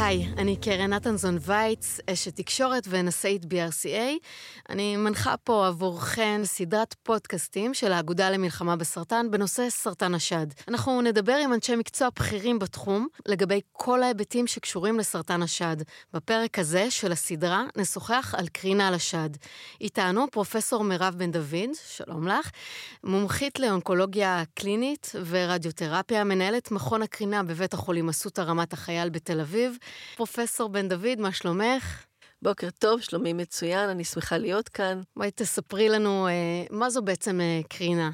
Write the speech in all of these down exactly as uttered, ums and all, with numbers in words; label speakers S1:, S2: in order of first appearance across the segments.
S1: היי, אני קרן נתנזון וייץ, אשת תקשורת ונשאית בי אר סי איי. אני מנחה פה עבורכן סדרת פודקאסטים של האגודה למלחמה בסרטן בנושא סרטן השד. אנחנו נדבר עם אנשי מקצוע בכירים בתחום לגבי כל ההיבטים שקשורים לסרטן השד. בפרק הזה של הסדרה נשוחח על קרינה לשד. איתנו פרופסור מירב בן דוד, שלום לך, מומחית לאונקולוגיה קלינית ורדיותרפיה, מנהלת מכון הקרינה בבית החולים אסותא רמת החייל בתל אביב. פרופסור בן דוד, מה שלומך?
S2: בוקר טוב, שלומי מצוין, אני שמחה להיות כאן.
S1: בואי תספרי לנו, אה, מה זו בעצם אה, קרינה?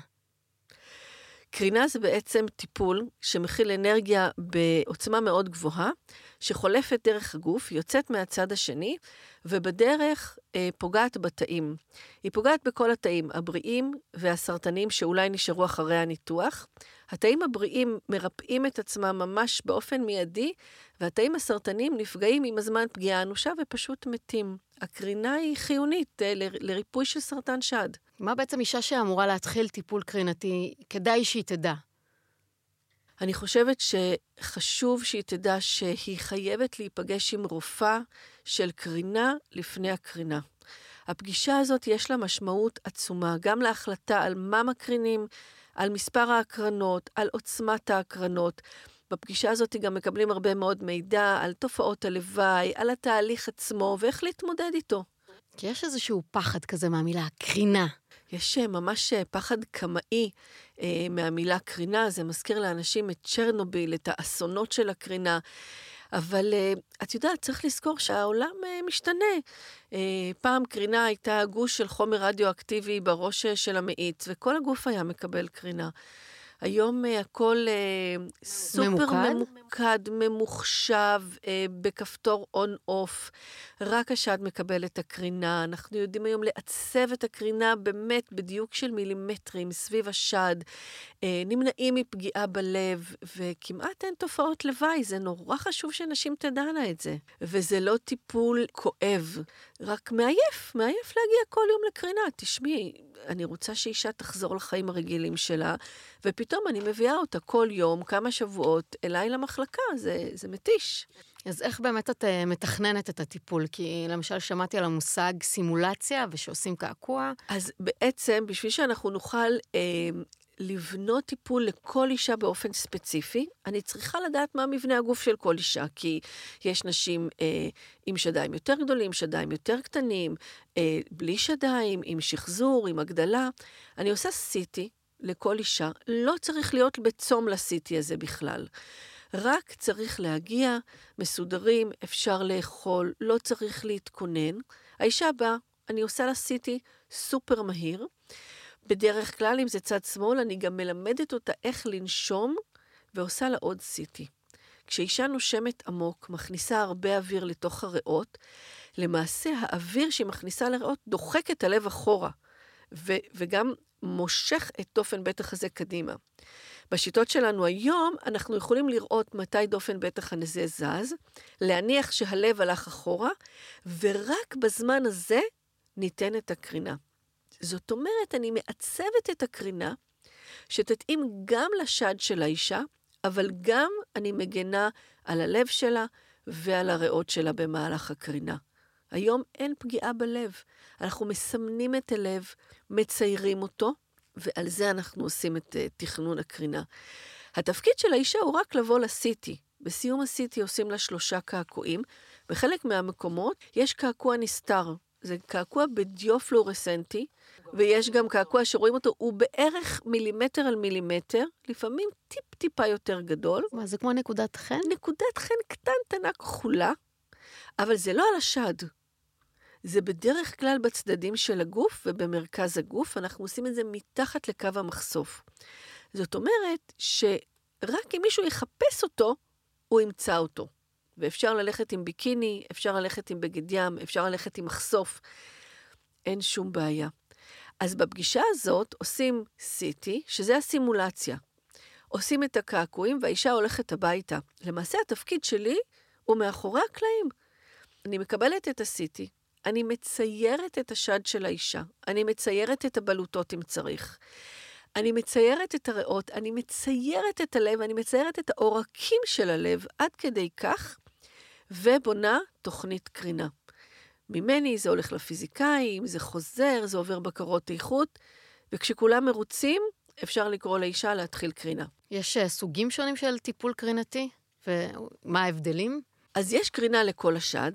S2: קרינה זה בעצם טיפול שמכיל אנרגיה בעוצמה מאוד גבוהה, שחולפת דרך הגוף, יוצאת מהצד השני, ובדרך אה, פוגעת בתאים. היא פוגעת בכל התאים, הבריאים והסרטנים שאולי נשארו אחרי הניתוח. התאים הבריאים מרפאים את עצמם ממש באופן מיידי, והתאים הסרטנים נפגעים עם הזמן פגיעה אנושה ופשוט מתים. הקרינה היא חיונית אה, ל- לריפוי של סרטן שד.
S1: מה בעצם אישה שאמורה להתחיל טיפול קרינתי, כדאי שהיא תדע?
S2: אני חושבת שחשוב שהיא תדע שהיא חייבת להיפגש עם רופאה של קרינה לפני הקרינה. הפגישה הזאת יש לה משמעות עצומה, גם להחלטה על מה מקרינים, על מספר ההקרנות, על עוצמת ההקרנות. בפגישה הזאת גם מקבלים הרבה מאוד מידע על תופעות הלוואי, על התהליך עצמו ואיך להתמודד איתו.
S1: כי יש איזשהו פחד כזה מהמילה קרינה.
S2: יש ממש פחד קמאי אה, מהמילה קרינה, זה מזכיר לאנשים את צ'רנוביל, את האסונות של הקרינה, אבל אה, את יודעת, צריך לזכור שהעולם אה, משתנה. אה, פעם קרינה הייתה גוש של חומר רדיואקטיבי בראש של המאיץ, וכל הגוף היה מקבל קרינה. היום uh, הכל uh, סופר ממוקד, ממוקד ממוחשב, uh, בכפתור און-אוף, רק השד מקבל את הקרינה, אנחנו יודעים היום לעצב את הקרינה באמת בדיוק של מילימטרים סביב השד, uh, נמנעים מפגיעה בלב, וכמעט אין תופעות לוואי, זה נורא חשוב שנשים תדענה את זה, וזה לא טיפול כואב, רק מעייף, מעייף להגיע כל יום לקרינה, תשמעי, אני רוצה שאישה תחזור לחיים הרגילים שלה, ופתאום אני מביאה אותה כל יום, כמה שבועות, אליי למחלקה, זה, זה מתיש.
S1: אז איך באמת את מתכננת את הטיפול? כי למשל שמעתי על המושג סימולציה, ושעושים קעקוע.
S2: אז בעצם, בשביל שאנחנו נוכל אה, לבנות טיפול לכל אישה באופן ספציפי, אני צריכה לדעת מה מבנה הגוף של כל אישה, כי יש נשים אה, עם שדיים יותר גדולים, שדיים יותר קטנים, אה, בלי שדיים, עם שחזור, עם הגדלה. אני עושה סיטי, לכל אישה, לא צריך להיות בצום לסיטי הזה בכלל. רק צריך להגיע, מסודרים, אפשר לאכול, לא צריך להתכונן. האישה באה, אני עושה לה סיטי סופר מהיר. בדרך כלל, אם זה צד שמאל, אני גם מלמדת אותה איך לנשום, ועושה לה עוד סיטי. כשאישה נושמת עמוק, מכניסה הרבה אוויר לתוך הריאות, למעשה האוויר שהיא מכניסה לריאות דוחק את הלב אחורה, ו- וגם מושך את דופן בטח הזה קדימה. בשיטות שלנו היום, אנחנו יכולים לראות מתי דופן בטח הזה זז, להניח שהלב הלך אחורה, ורק בזמן הזה ניתן את הקרינה. זאת אומרת, אני מעצבת את הקרינה, שתתאים גם לשד של האישה, אבל גם אני מגנה על הלב שלה ועל הריאות שלה במהלך הקרינה. היום אין פגיעה בלב. אנחנו מסמנים את הלב, מציירים אותו, ועל זה אנחנו עושים את uh, תכנון הקרינה. התפקיד של האישה הוא רק לבוא לסיטי. בסיום הסיטי עושים לה שלושה קעקועים. בחלק מהמקומות יש קעקוע נסתר. זה קעקוע בדיופלורסנטי, ויש גם קעקוע שרואים אותו, הוא בערך מילימטר על מילימטר, לפעמים טיפ טיפה יותר גדול.
S1: מה, זה כמו נקודת חן?
S2: נקודת חן קטנטנה כחולה, אבל זה לא על השד. זה בדרך כלל בצדדים של הגוף ובמרכז הגוף, אנחנו עושים את זה מתחת לקו המחשוף. זאת אומרת שרק אם מישהו יחפש אותו, הוא ימצא אותו. ואפשר ללכת עם ביקיני, אפשר ללכת עם בגד ים, אפשר ללכת עם מחשוף. אין שום בעיה. אז בפגישה הזאת עושים סיטי, שזה הסימולציה. עושים את הקעקועים והאישה הולכת הביתה. למעשה התפקיד שלי הוא מאחורי הקלעים. אני מקבלת את הסיטי, אני מציירת את השד של האישה, אני מציירת את הבלוטות אם צריך, אני מציירת את הריאות, אני מציירת את הלב, אני מציירת את העורקים של הלב, עד כדי כך, ובונה תוכנית קרינה. ממני זה הולך לפיזיקאים, זה חוזר, זה עובר בקרות איכות, וכשכולם מרוצים, אפשר לקרוא לאישה להתחיל קרינה.
S1: יש סוגים שונים של טיפול קרינתי? ומה ההבדלים?
S2: אז יש קרינה לכל השד,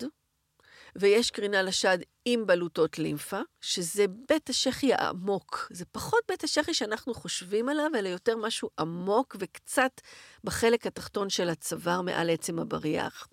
S2: ויש קרינה לשד עם בלוטות לימפה, שזה בית השחי העמוק. זה פחות בית השחי שאנחנו חושבים עליו, אלא יותר משהו עמוק וקצת בחלק התחתון של הצוואר מעל עצם הבריח.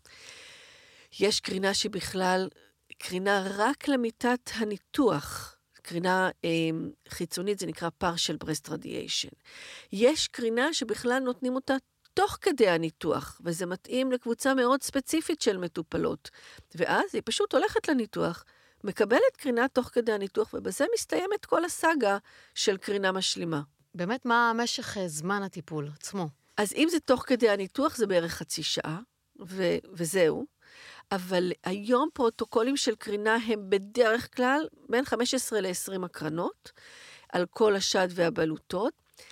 S2: יש קרינה שבכלל, קרינה רק למיטת הניתוח, קרינה אה, חיצונית, זה נקרא partial breast radiation. יש קרינה שבכלל נותנים אותה תוך כדי הניתוח, וזה מתאים לקבוצה מאוד ספציפית של מטופלות. ואז היא פשוט הולכת לניתוח, מקבלת קרינה תוך כדי הניתוח, ובזה מסתיימת כל הסאגה של קרינה משלימה.
S1: באמת, מה משך זמן הטיפול עצמו?
S2: אז אם זה תוך כדי הניתוח, זה בערך חצי שעה, ו- וזהו. אבל היום פרוטוקולים של קרינה הם בדרך כלל בין חמש עשרה ל-עשרים הקרנות, על כל השד והבלוטות.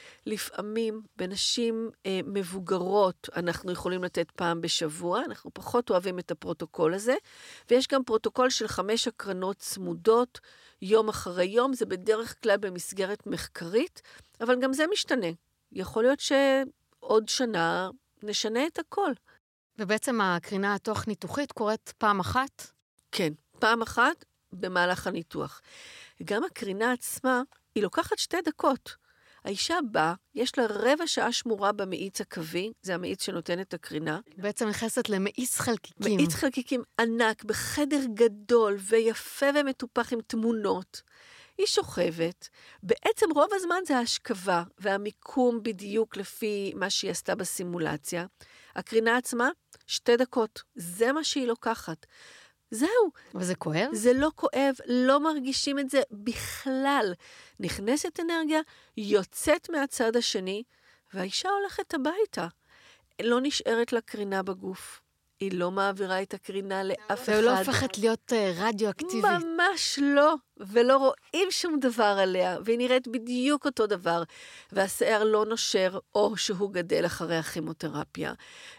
S2: לפעמים בנשים אה, מבוגרות אנחנו יכולים לתת פעם בשבוע, אנחנו פחות אוהבים את הפרוטוקול הזה, ויש גם פרוטוקול של חמש הקרנות צמודות, יום אחרי יום, זה בדרך כלל במסגרת מחקרית, אבל גם זה משתנה. יכול להיות שעוד שנה נשנה את הכל.
S1: ובעצם הקרינה התוך ניתוחית קורית פעם אחת?
S2: כן, פעם אחת במהלך הניתוח. גם הקרינה עצמה היא לוקחת שתי דקות. האישה באה, יש לה רבע שעה שמורה במאיץ הקווי, זה המאיץ שנותן את הקרינה.
S1: בעצם נכנסת למאיץ חלקיקים.
S2: מאיץ חלקיקים ענק, בחדר גדול ויפה ומטופח עם תמונות. היא שוכבת, בעצם רוב הזמן זה ההשכבה והמיקום בדיוק לפי מה שהיא עשתה בסימולציה. הקרינה עצמה, שתי דקות, זה מה שהיא לוקחת. זהו.
S1: וזה כואב?
S2: זה לא כואב, לא מרגישים את זה בכלל. נכנסת אנרגיה, יוצאת מהצד השני, והאישה הולכת הביתה. לא נשארת לה קרינה בגוף. היא לא מעבירה את הקרינה לאף אחד.
S1: והיא לא הופכת להיות רדיואקטיבית.
S2: ממש לא, ולא רואים שום דבר עליה, והיא נראית בדיוק אותו דבר, והשיער לא נושר, או שהוא גדל אחרי הכימותרפיה.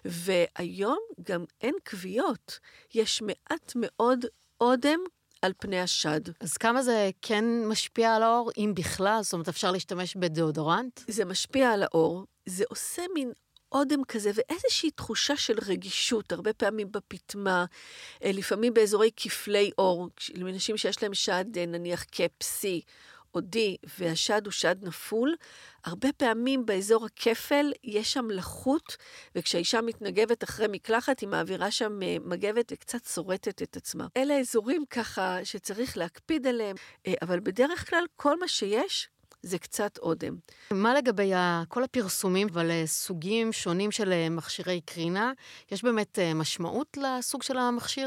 S2: והיום גם אין קביעות. יש מעט מאוד אודם על פני השד.
S1: אז כמה זה כן משפיע על האור, אם בכלל? זאת אומרת, אפשר להשתמש בדאודורנט?
S2: זה משפיע על האור, זה עושה מין אודם כזה, ואיזושהי תחושה של רגישות, הרבה פעמים בפתמה, לפעמים באזורי כפלי אור, לנשים שיש להם שד, נניח קפסי או די, והשד הוא שד נפול, הרבה פעמים באזור הכפל יש שם לחות, וכשהאישה מתנגבת אחרי מקלחת, היא מעבירה שם מגבת וקצת שורטת את עצמה. אלה אזורים ככה שצריך להקפיד עליהם, אבל בדרך כלל כל מה שיש, זה קצת אודם.
S1: מה לגבי כל הפרסומים ועל סוגים שונים של מכשירי קרינה? יש באמת משמעות לסוג של המכשיר?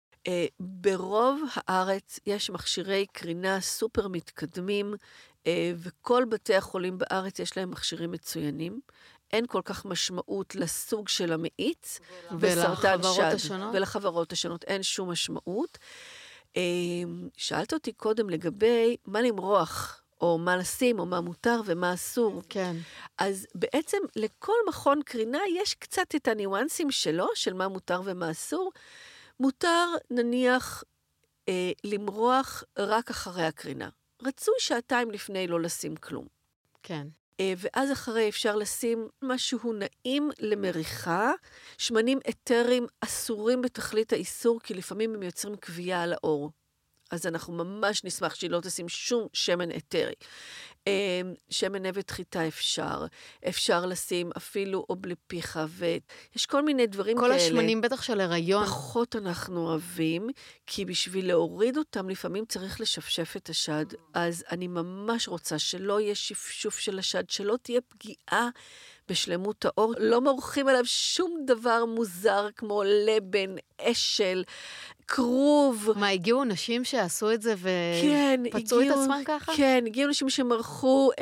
S2: ברוב הארץ יש מכשירי קרינה סופר מתקדמים, וכל בתי החולים בארץ יש להם מכשירים מצוינים. אין כל כך משמעות לסוג של המאיץ, בסרטן שד. ולחברות השונות. אין שום משמעות. שאלת אותי קודם לגבי מה למרוח, או מה לשים, או מה מותר ומה אסור.
S1: כן.
S2: אז בעצם לכל מכון קרינה יש קצת את הניואנסים שלו, של מה מותר ומה אסור. מותר, נניח, אה, למרוח רק אחרי הקרינה. רצוי שעתיים לפני לא לשים כלום.
S1: כן.
S2: אה, ואז אחרי אפשר לשים משהו נעים למריחה. שמנים אתרים אסורים בתכלית האיסור, כי לפעמים הם יוצרים קביעה על האור. אז אנחנו ממש נשמח שהיא לא תשים שום שמן אתרי. שמן נבט חיטה אפשר, אפשר לשים אפילו אובליפיחה, ויש כל מיני דברים
S1: כל
S2: כאלה.
S1: כל השמנים בטח של הריון.
S2: פחות אנחנו אוהבים, כי בשביל להוריד אותם לפעמים צריך לשפשף את השד, אז אני ממש רוצה שלא יהיה שפשוף של השד, שלא תהיה פגיעה בשלמות האור, לא מורחים עליו שום דבר מוזר כמו לבן, אשל, קרוב.
S1: מה, הגיעו נשים שעשו את זה ופצעו
S2: כן,
S1: את עצמם ככה?
S2: כן, הגיעו נשים שמרחו אה,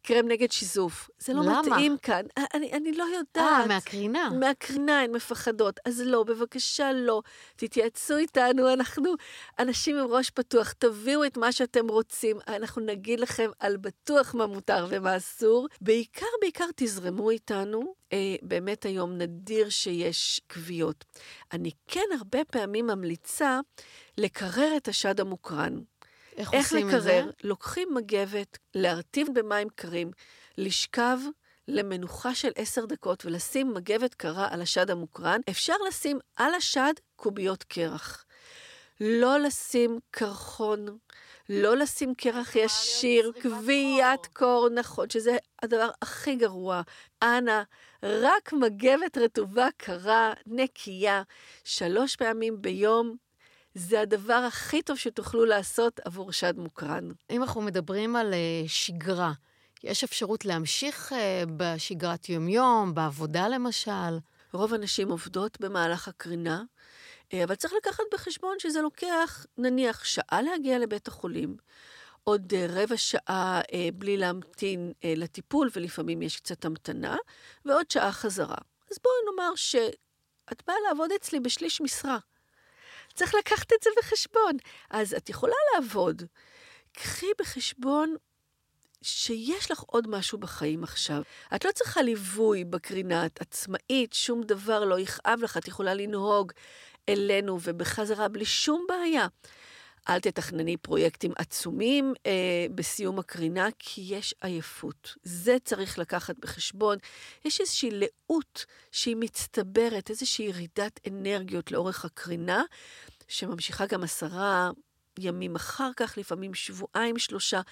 S2: קרם נגד שיזוף. זה לא
S1: למה?
S2: מתאים כאן. אני, אני לא יודעת.
S1: אה, מהקרינה.
S2: מהקרינה הן מפחדות. אז לא, בבקשה לא. תתייעצו איתנו, אנחנו אנשים עם ראש פתוח. תביאו את מה שאתם רוצים. אנחנו נגיד לכם על בטוח מה מותר ומה אסור. בעיקר, בעיקר תזרמו איתנו. אה, באמת היום נדיר שיש כוויות. אני כן הרבה פעמים ממליצה לקרר את השד המוקרן.
S1: איך,
S2: איך
S1: עושים
S2: לקרר?
S1: את זה?
S2: לוקחים מגבת, להרטיב במים קרים, לשכב למנוחה של עשר דקות ולשים מגבת קרה על השד המוקרן. אפשר לשים על השד קוביות קרח. לא לשים קרחון, לא לשים קרח ישיר, כוויית קור, נכון, שזה הדבר הכי גרוע. אנא, רק מגבת רטובה קרה, נקייה, שלוש פעמים ביום, זה הדבר הכי טוב שתוכלו לעשות עבור שד מוקרן.
S1: אם אנחנו מדברים על uh, שגרה, יש אפשרות להמשיך uh, בשגרת יום-יום, בעבודה למשל?
S2: רוב הנשים עובדות במהלך הקרינה, אבל צריך לקחת בחשבון שזה לוקח, נניח, שעה להגיע לבית החולים, עוד רבע שעה אה, בלי להמתין אה, לטיפול, ולפעמים יש קצת המתנה, ועוד שעה חזרה. אז בואי נאמר שאת באה לעבוד אצלי בשליש משרה. צריך לקחת את זה בחשבון. אז את יכולה לעבוד. קחי בחשבון שיש לך עוד משהו בחיים עכשיו. את לא צריכה ליווי בקרינה, את עצמאית, שום דבר לא יכאב לך, את יכולה לנהוג אלינו ובחזרה בלי שום בעיה. אל תתכנני פרויקטים עצומים אה, בסיום הקרינה, כי יש עייפות. זה צריך לקחת בחשבון. יש איזושהי לאות שהיא מצטברת, איזושהי ירידת אנרגיות לאורך הקרינה, שממשיכה גם עשרה ימים אחר כך, לפעמים שבועיים, שלושה.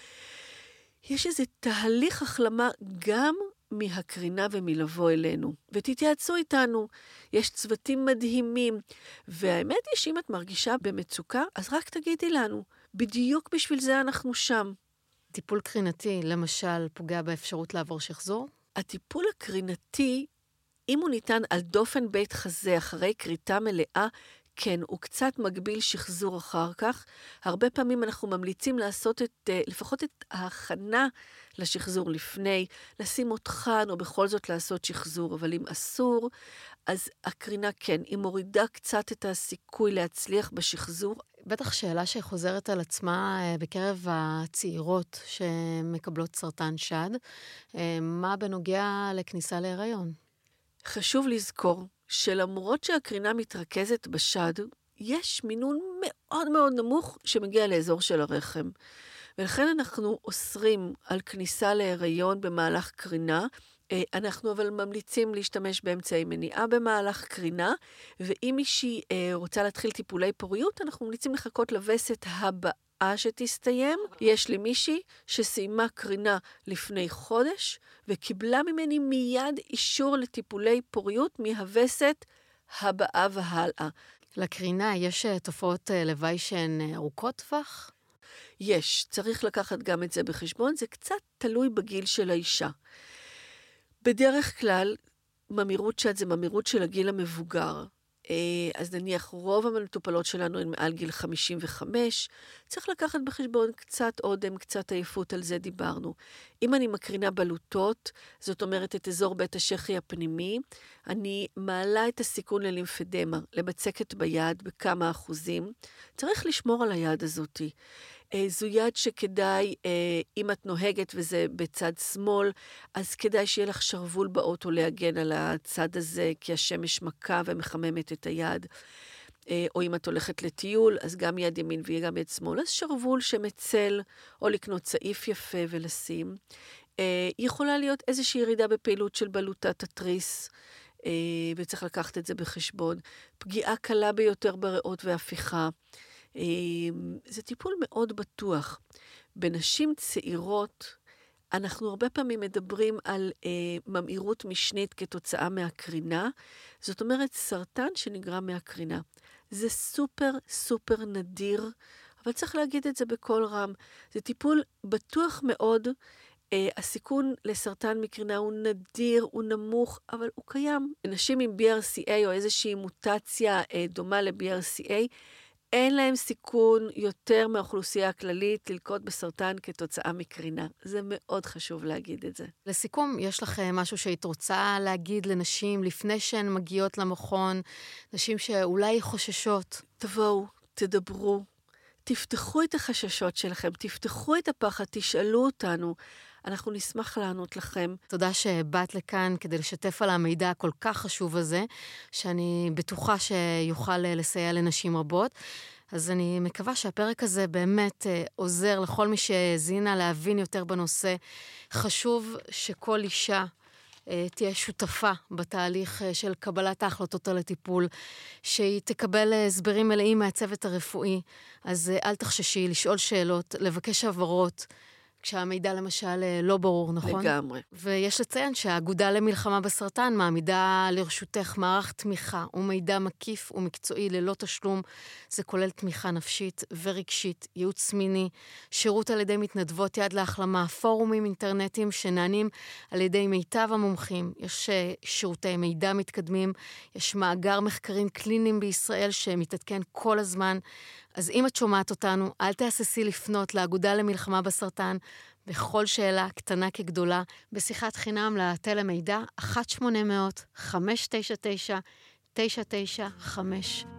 S2: יש איזה תהליך החלמה גם מהקרינה ומלבוא אלינו. ותתייעצו איתנו, יש צוותים מדהימים, והאמת היא שאם את מרגישה במצוקה, אז רק תגידי לנו, בדיוק בשביל זה אנחנו שם.
S1: טיפול קרינתי, למשל, פוגע באפשרות לעבור שחזור?
S2: הטיפול הקרינתי, אם הוא ניתן על דופן בית חזה אחרי קריטה מלאה, כן, הוא קצת מגביל שחזור אחר כך. הרבה פעמים אנחנו ממליצים לעשות את, לפחות את ההכנה לשחזור לפני, לשים אותחן או בכל זאת לעשות שחזור, אבל אם אסור, אז הקרינה כן, היא מורידה קצת את הסיכוי להצליח בשחזור.
S1: בטח שאלה שחוזרת על עצמה בקרב הצעירות שמקבלות סרטן שד, מה בנוגע לכניסה להיריון?
S2: חשוב לזכור שלמרות שהקרינה מתרכזת בשד, יש מינון מאוד מאוד נמוך שמגיע לאזור של הרחם. ולכן אנחנו אוסרים על כניסה להיריון במהלך קרינה, אנחנו אבל ממליצים להשתמש באמצעי מניעה במהלך קרינה, ואם מישהי רוצה להתחיל טיפולי פוריות, אנחנו ממליצים לחכות לווסת הבאה שתסתיים. יש לי מישהי שסיימה קרינה לפני חודש, וקיבלה ממני מיד אישור לטיפולי פוריות מהווסת הבאה והלאה.
S1: לקרינה יש תופעות לוואי שהן ארוכות טווח?
S2: יש, צריך לקחת גם את זה בחשבון, זה קצת תלוי בגיל של האישה. בדרך כלל, ממירות שד זה ממירות של הגיל המבוגר. אז נניח רוב המטופלות שלנו הן מעל גיל חמישים וחמש, צריך לקחת בחשבון קצת אודם, קצת עייפות, על זה דיברנו. אם אני מקרינה בלוטות, זאת אומרת את אזור בית השחי הפנימי, אני מעלה את הסיכון ללימפדמה, לבצקת ביד בכמה אחוזים, צריך לשמור על היד הזאת. זו יד שכדאי, אם את נוהגת וזה בצד שמאל, אז כדאי שיהיה לך שרוול באוטו להגן על הצד הזה, כי השמש מכה ומחממת את היד. או אם את הולכת לטיול, אז גם יד ימין וגם יד שמאל. אז שרוול שמצל, או לקנות צעיף יפה ולשים. יכולה להיות איזושהי ירידה בפעילות של בלוטת התריס, וצריך לקחת את זה בחשבון. פגיעה קלה ביותר בריאות והפיכה. זה טיפול מאוד בטוח. בנשים צעירות, אנחנו הרבה פעמים מדברים על אה, ממאירות משנית כתוצאה מהקרינה, זאת אומרת סרטן שנגרם מהקרינה. זה סופר סופר נדיר, אבל צריך להגיד את זה בכל רם. זה טיפול בטוח מאוד, אה, הסיכון לסרטן מקרינה הוא נדיר, הוא נמוך, אבל הוא קיים. נשים עם בי אר סי איי או איזושהי מוטציה אה, דומה ל-בי אר סי איי, אין להם סיכון יותר מהאוכלוסייה הכללית ללקות בסרטן כתוצאה מקרינה. זה מאוד חשוב להגיד את זה.
S1: לסיכום, יש לך משהו שהיית רוצה להגיד לנשים לפני שהן מגיעות למכון, נשים שאולי חוששות?
S2: תבואו, תדברו, תפתחו את החששות שלכם, תפתחו את הפחד, תשאלו אותנו. אנחנו נשמח לענות לכם.
S1: תודה שבאת לכאן כדי לשתף על המידע הכל כך חשוב הזה, שאני בטוחה שיוכל לסייע לנשים רבות. אז אני מקווה שהפרק הזה באמת עוזר לכל מי שהזינה להבין יותר בנושא. חשוב שכל אישה תהיה שותפה בתהליך של קבלת ההחלטות על הטיפול, שהיא תקבל הסברים מלאים מהצוות הרפואי. אז אל תחששי לשאול שאלות, לבקש הבהרות, כשהמידע למשל לא ברור, נכון?
S2: לגמרי.
S1: ויש לציין שהאגודה למלחמה בסרטן מעמידה לרשותך מערך תמיכה ומידע מקיף ומקצועי ללא תשלום. זה כולל תמיכה נפשית ורגשית, ייעוץ מיני, שירות על ידי מתנדבות יד להחלמה, פורומים אינטרנטיים שנענים על ידי מיטב המומחים. יש שירותי מידע מתקדמים, יש מאגר מחקרים קליניים בישראל שמתעדכן כל הזמן. אז אם את שומעת אותנו, אל תהססי לפנות לאגודה למלחמה בסרטן, בכל שאלה, קטנה כגדולה, בשיחת חינם לטלמידע אחת שמונה אפס אפס חמש תשע תשע תשע תשע חמש.